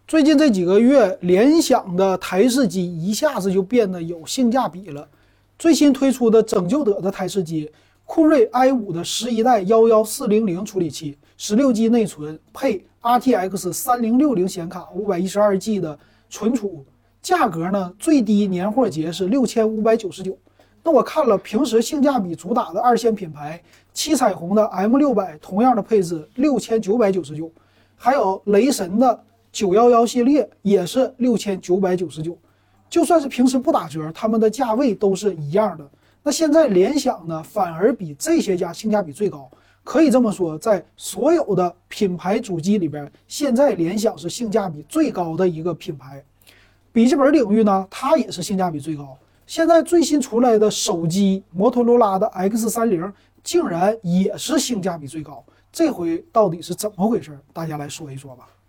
最近这几个月，联想的台式机一下子就变得有性价比了。最新推出的拯救者的台式机，酷睿 i5的11代11400处理器，16G 内存，配 RTX 3060显卡，512G 的存储，价格呢最低年货节是6599。那我看了平时性价比主打的二线品牌，七彩虹的 M600同样的配置6999，还有雷神的911系列也是6999。就算是平时不打折，他们的价位都是一样的。那现在联想呢，反而比这些家性价比最高。可以这么说，在所有的品牌主机里边，现在联想是性价比最高的一个品牌。笔记本领域呢，它也是性价比最高。现在最新出来的手机，摩托罗拉的 X30竟然也是性价比最高。这回到底是怎么回事？大家来说一说吧。